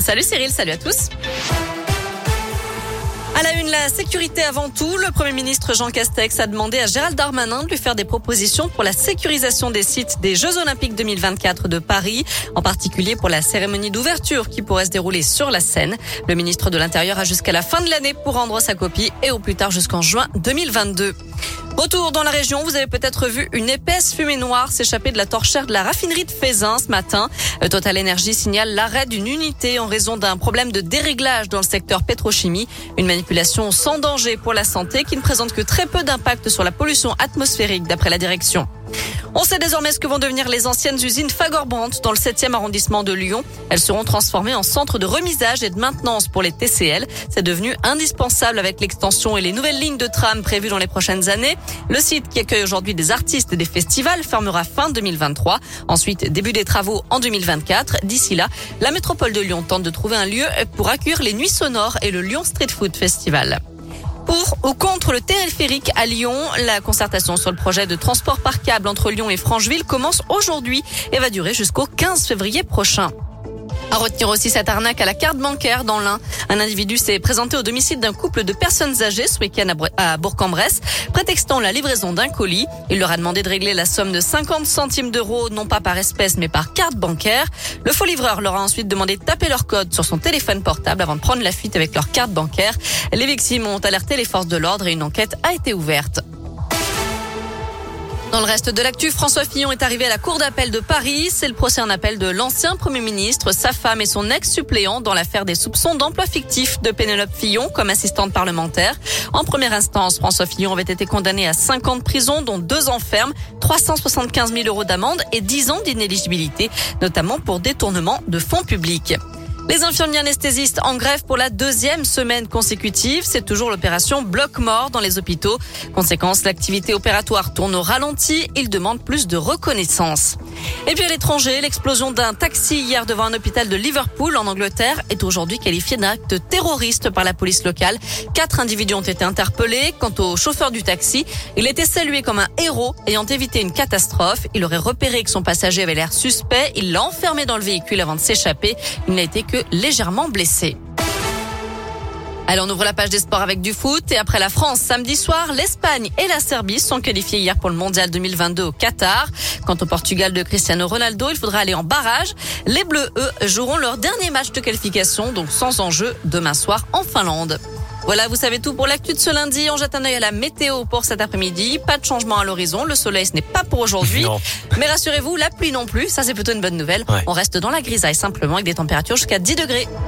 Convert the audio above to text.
Salut Cyril, salut à tous. À la une, la sécurité avant tout. Le Premier ministre Jean Castex a demandé à Gérald Darmanin de lui faire des propositions pour la sécurisation des sites des Jeux Olympiques 2024 de Paris, en particulier pour la cérémonie d'ouverture qui pourrait se dérouler sur la Seine. Le ministre de l'Intérieur a jusqu'à la fin de l'année pour rendre sa copie et au plus tard jusqu'en juin 2022. Retour dans la région, vous avez peut-être vu une épaisse fumée noire s'échapper de la torchère de la raffinerie de Feyzin ce matin. Total Energy signale l'arrêt d'une unité en raison d'un problème de déréglage dans le secteur pétrochimie. Une manipulation sans danger pour la santé qui ne présente que très peu d'impact sur la pollution atmosphérique d'après la direction. On sait désormais ce que vont devenir les anciennes usines Fagorbrandt dans le 7e arrondissement de Lyon. Elles seront transformées en centre de remisage et de maintenance pour les TCL. C'est devenu indispensable avec l'extension et les nouvelles lignes de tram prévues dans les prochaines années. Le site qui accueille aujourd'hui des artistes et des festivals fermera fin 2023. Ensuite, début des travaux en 2024. D'ici là, la métropole de Lyon tente de trouver un lieu pour accueillir les Nuits Sonores et le Lyon Street Food Festival. Pour ou contre le téléphérique à Lyon, la concertation sur le projet de transport par câble entre Lyon et Francheville commence aujourd'hui et va durer jusqu'au 15 février prochain. À retenir aussi cette arnaque à la carte bancaire dans l'Ain. Un individu s'est présenté au domicile d'un couple de personnes âgées ce week-end à Bourg-en-Bresse, prétextant la livraison d'un colis. Il leur a demandé de régler la somme de 50 centimes d'euros, non pas par espèce, mais par carte bancaire. Le faux livreur leur a ensuite demandé de taper leur code sur son téléphone portable avant de prendre la fuite avec leur carte bancaire. Les victimes ont alerté les forces de l'ordre et une enquête a été ouverte. Dans le reste de l'actu, François Fillon est arrivé à la cour d'appel de Paris. C'est le procès en appel de l'ancien Premier ministre, sa femme et son ex-suppléant dans l'affaire des soupçons d'emploi fictif de Pénélope Fillon comme assistante parlementaire. En première instance, François Fillon avait été condamné à 5 ans de prison, dont 2 ans ferme, 375 000 euros d'amende et 10 ans d'inéligibilité, notamment pour détournement de fonds publics. Les infirmiers anesthésistes en grève pour la 2e semaine consécutive. C'est toujours l'opération bloc-mort dans les hôpitaux. Conséquence, l'activité opératoire tourne au ralenti. Ils demandent plus de reconnaissance. Et puis à l'étranger, l'explosion d'un taxi hier devant un hôpital de Liverpool en Angleterre est aujourd'hui qualifiée d'un acte terroriste par la police locale. 4 individus ont été interpellés. Quant au chauffeur du taxi, il était salué comme un héros ayant évité une catastrophe. Il aurait repéré que son passager avait l'air suspect. Il l'a enfermé dans le véhicule avant de s'échapper. Il n'a été que légèrement blessé. Allez, on ouvre la page des sports avec du foot. Et après la France, samedi soir, l'Espagne et la Serbie sont qualifiés hier pour le Mondial 2022 au Qatar. Quant au Portugal de Cristiano Ronaldo, il faudra aller en barrage. Les Bleus, eux, joueront leur dernier match de qualification, donc sans enjeu, demain soir en Finlande. Voilà, vous savez tout pour l'actu de ce lundi. On jette un œil à la météo pour cet après-midi. Pas de changement à l'horizon. Le soleil, ce n'est pas pour aujourd'hui. Non. Mais rassurez-vous, la pluie non plus. Ça, c'est plutôt une bonne nouvelle. Ouais. On reste dans la grisaille simplement avec des températures jusqu'à 10 degrés.